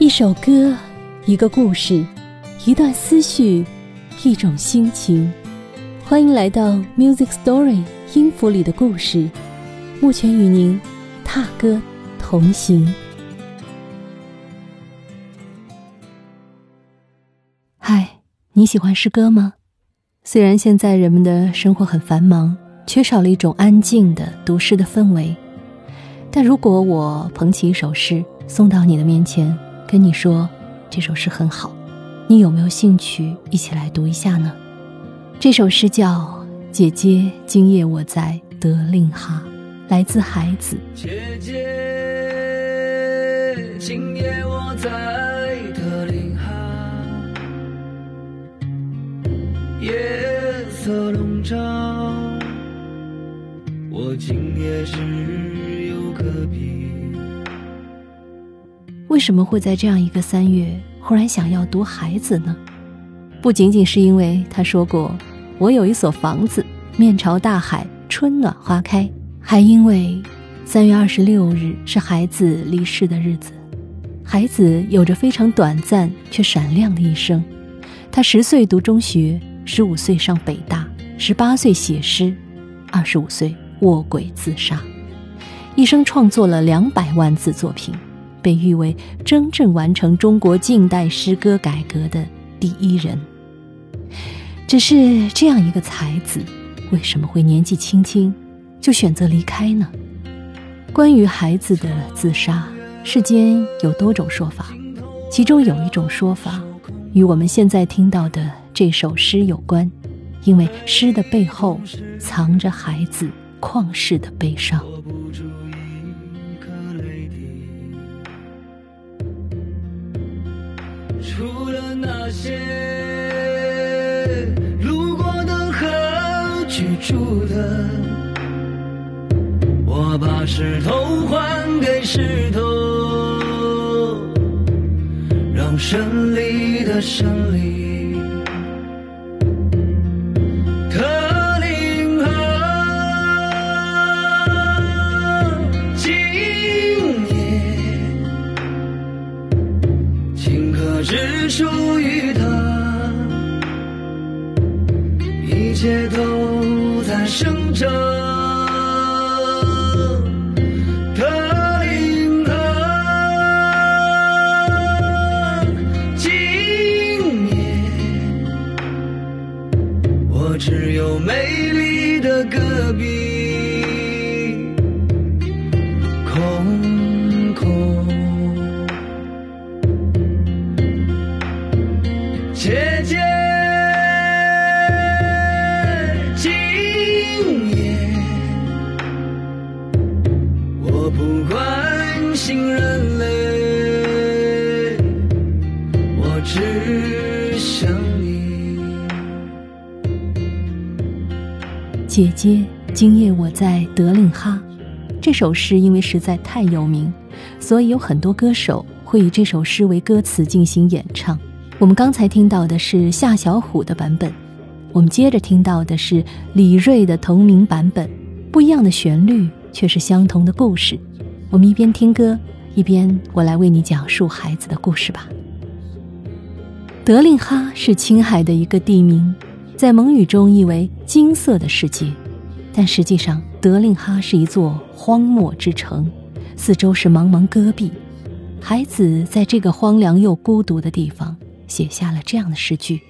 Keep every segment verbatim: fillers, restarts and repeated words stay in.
一首歌，一个故事，一段思绪，一种心情。欢迎来到 Music Story 音符里的故事，目前与您踏歌同行。嗨，你喜欢诗歌吗？虽然现在人们的生活很繁忙，缺少了一种安静的读诗的氛围，但如果我捧起一首诗送到你的面前，跟你说这首诗很好，你有没有兴趣一起来读一下呢？这首诗叫《姐姐今夜我在德令哈》，来自孩子。 姐姐今夜我在德令哈，夜色笼罩，我今夜只有隔壁。 为什么会在这样一个三月忽然想要读孩子呢？不仅仅是因为他说过我有一所房子，面朝大海，春暖花开，还因为三月二十六日是孩子离世的日子。孩子有着非常短暂却闪亮的一生，他十岁读中学，十五岁上北大，十八岁写诗，二十五岁卧轨自杀，一生创作了两百万字作品，被誉为真正完成中国近代诗歌改革的第一人。只是这样一个才子，为什么会年纪轻轻就选择离开呢？关于孩子的自杀，世间有多种说法，其中有一种说法与我们现在听到的这首诗有关，因为诗的背后藏着孩子旷世的悲伤。 除了那些路过的和居住的，我把石头还给石头，让胜利的胜利。德令哈，今夜顷刻只属于他，一切都在生长。德令哈，今夜我只有美丽的戈壁，空空。姐姐今夜我不关心人类，我只想你。 姐姐今夜我在德令哈，这首诗因为实在太有名，所以有很多歌手会以这首诗为歌词进行演唱。我们刚才听到的是夏小虎的版本，我们接着听到的是李锐的同名版本，不一样的旋律却是相同的故事。我们一边听歌，一边我来为你讲述孩子的故事吧。德令哈是青海的一个地名，在蒙语中译为金色的世界，但实际上德令哈是一座荒漠之城，四周是茫茫戈壁。孩子在这个荒凉又孤独的地方写下了这样的诗句：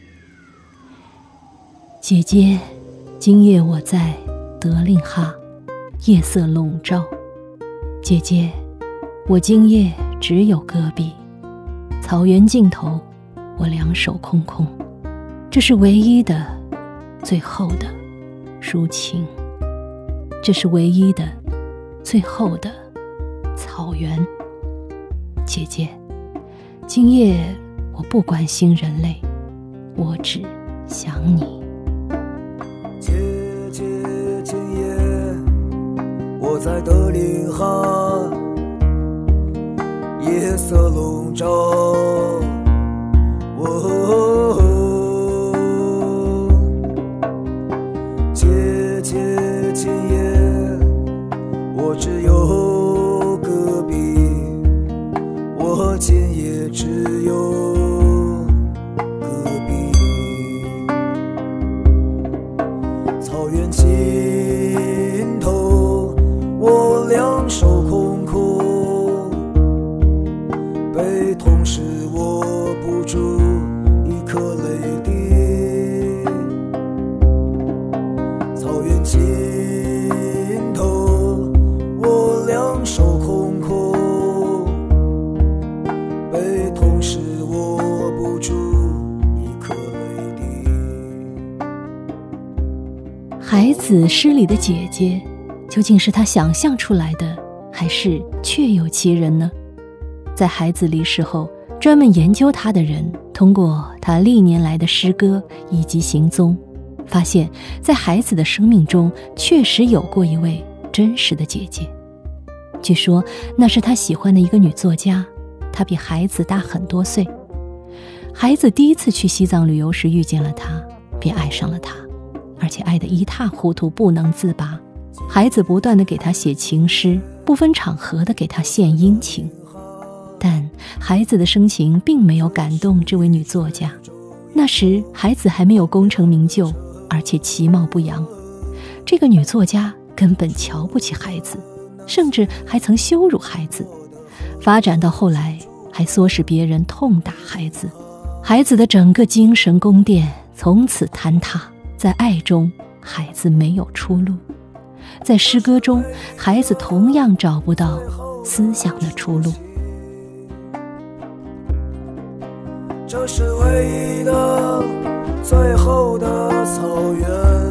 姐姐今夜我在德令哈，夜色笼罩，姐姐我今夜只有戈壁，草原尽头我两手空空，这是唯一的最后的抒情，这是唯一的最后的草原。姐姐今夜我不关心人类，我只想你。 姐姐今夜我在德令哈，夜色笼罩，哦，姐姐今夜我只有戈壁，我我今夜只有戈壁。草原尽头，我两手空空，悲痛使握不住一颗泪滴。草原尽头，我两手空空，悲痛使握不住一颗泪滴。 孩子诗里的姐姐，究竟是他想象出来的，还是确有其人呢？在孩子离世后，专门研究他的人，通过他历年来的诗歌以及行踪，发现在孩子的生命中确实有过一位真实的姐姐。据说那是他喜欢的一个女作家，她比孩子大很多岁。孩子第一次去西藏旅游时遇见了她，便爱上了她，而且爱得一塌糊涂，不能自拔。孩子不断地给她写情诗，不分场合地给她献殷勤。但孩子的深情并没有感动这位女作家。那时孩子还没有功成名就，而且其貌不扬。这个女作家根本瞧不起孩子，甚至还曾羞辱孩子，发展到后来还唆使别人痛打孩子。孩子的整个精神宫殿从此坍塌。在爱中，孩子没有出路；在诗歌中，孩子同样找不到思想的出路。 这是唯一的最后的草原，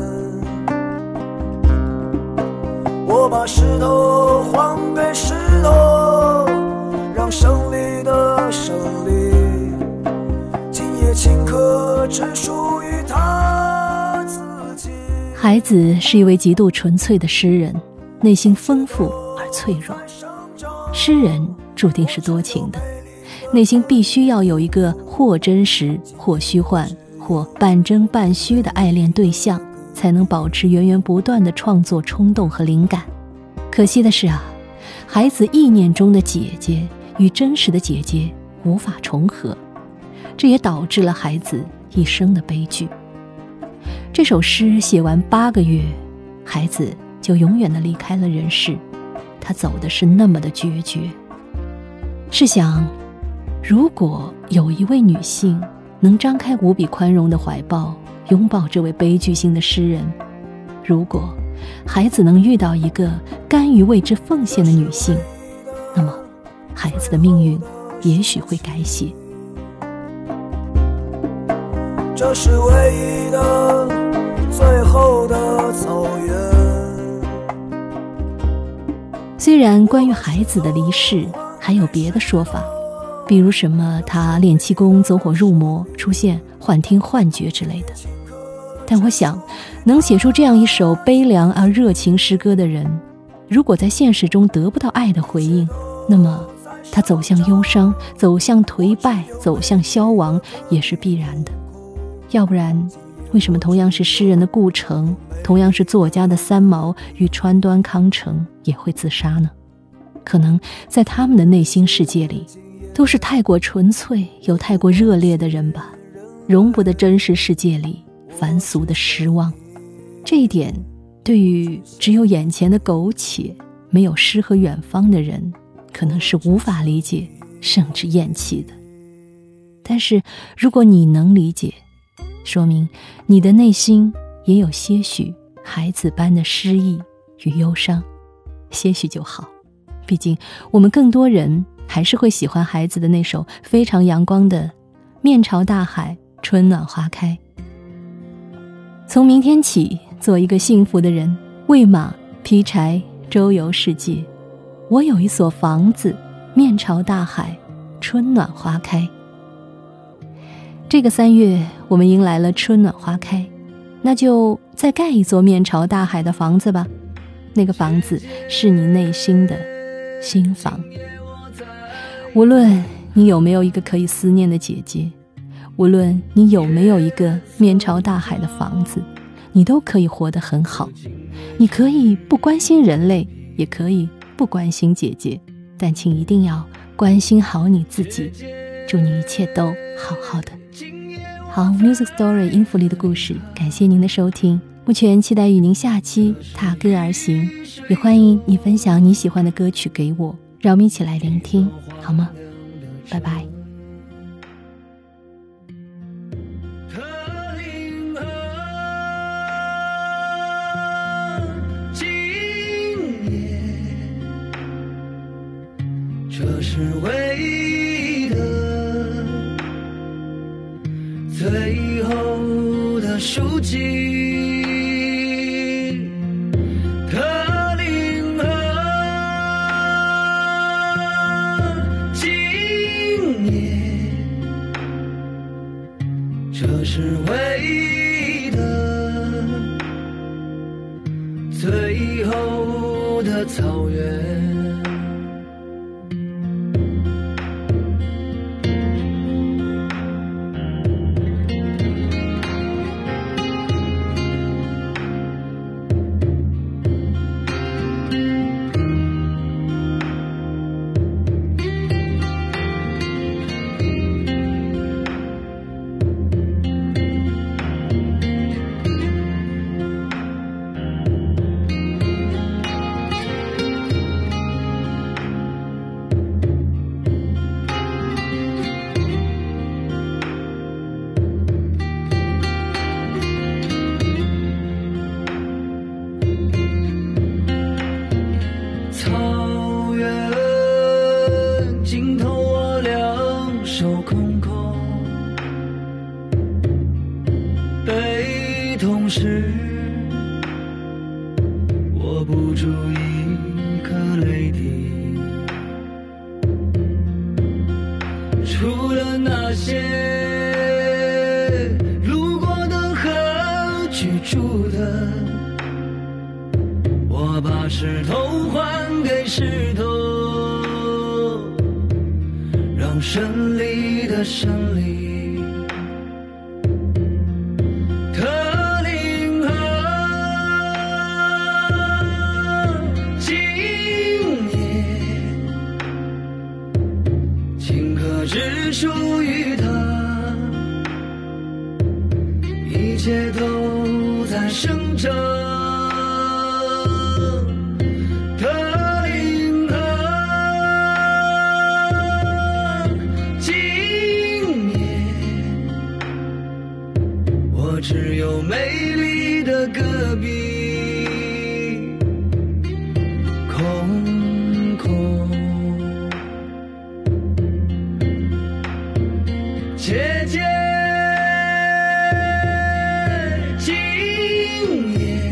我把石头还给石头，让胜利的胜利，今夜顷刻只属于他自己。 孩子是一位极度纯粹的诗人，内心丰富而脆弱。诗人注定是多情的，内心必须要有一个或真实或虚幻或半真半虚的爱恋对象，才能保持源源不断的创作冲动和灵感。可惜的是啊，孩子意念中的姐姐与真实的姐姐无法重合，这也导致了孩子一生的悲剧。这首诗写完八个月，孩子就永远地离开了人世，他走的是那么的决绝。试想，如果有一位女性能张开无比宽容的怀抱，拥抱这位悲剧性的诗人，如果孩子能遇到一个甘于为之奉献的女性，那么孩子的命运也许会改写。 这是唯一的最后的草原。 虽然关于孩子的离世还有别的说法，比如什么他练气功走火入魔，出现幻听幻觉之类的，但我想能写出这样一首悲凉而热情诗歌的人，如果在现实中得不到爱的回应，那么他走向忧伤，走向颓败，走向消亡也是必然的。要不然为什么同样是诗人的顾城，同样是作家的三毛与川端康成也会自杀呢？可能在他们的内心世界里，都是太过纯粹又太过热烈的人吧，容不得真实世界里凡俗的失望。这一点对于只有眼前的苟且，没有诗和远方的人，可能是无法理解甚至厌弃的。但是如果你能理解，说明你的内心也有些许孩子般的诗意与忧伤，些许就好。毕竟我们更多人还是会喜欢孩子的那首非常阳光的面朝大海，春暖花开。从明天起，做一个幸福的人，喂马劈柴，周游世界。我有一所房子，面朝大海，春暖花开。这个三月，我们迎来了春暖花开，那就再盖一座面朝大海的房子吧。那个房子是你内心的新房。无论你有没有一个可以思念的姐姐，无论你有没有一个面朝大海的房子，你都可以活得很好。你可以不关心人类，也可以不关心姐姐，但请一定要关心好你自己，祝你一切都好好的。好 Music Story 音符里的故事，感谢您的收听。目前期待与您下期踏歌而行，也欢迎你分享你喜欢的歌曲给我，让我们一起来聆听好吗？拜拜。 这是唯一的最后的书籍，特林河今夜，这是唯一的最后的草原。同时握不住一颗泪滴，除了那些路过的和居住的，我把石头还给石头，让胜利的胜利。只属于他，一切都在生长。特林河今夜，我只有美丽的戈壁，空空。姐姐，今夜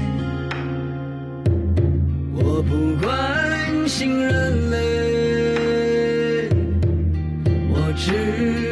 我不关心人类，我只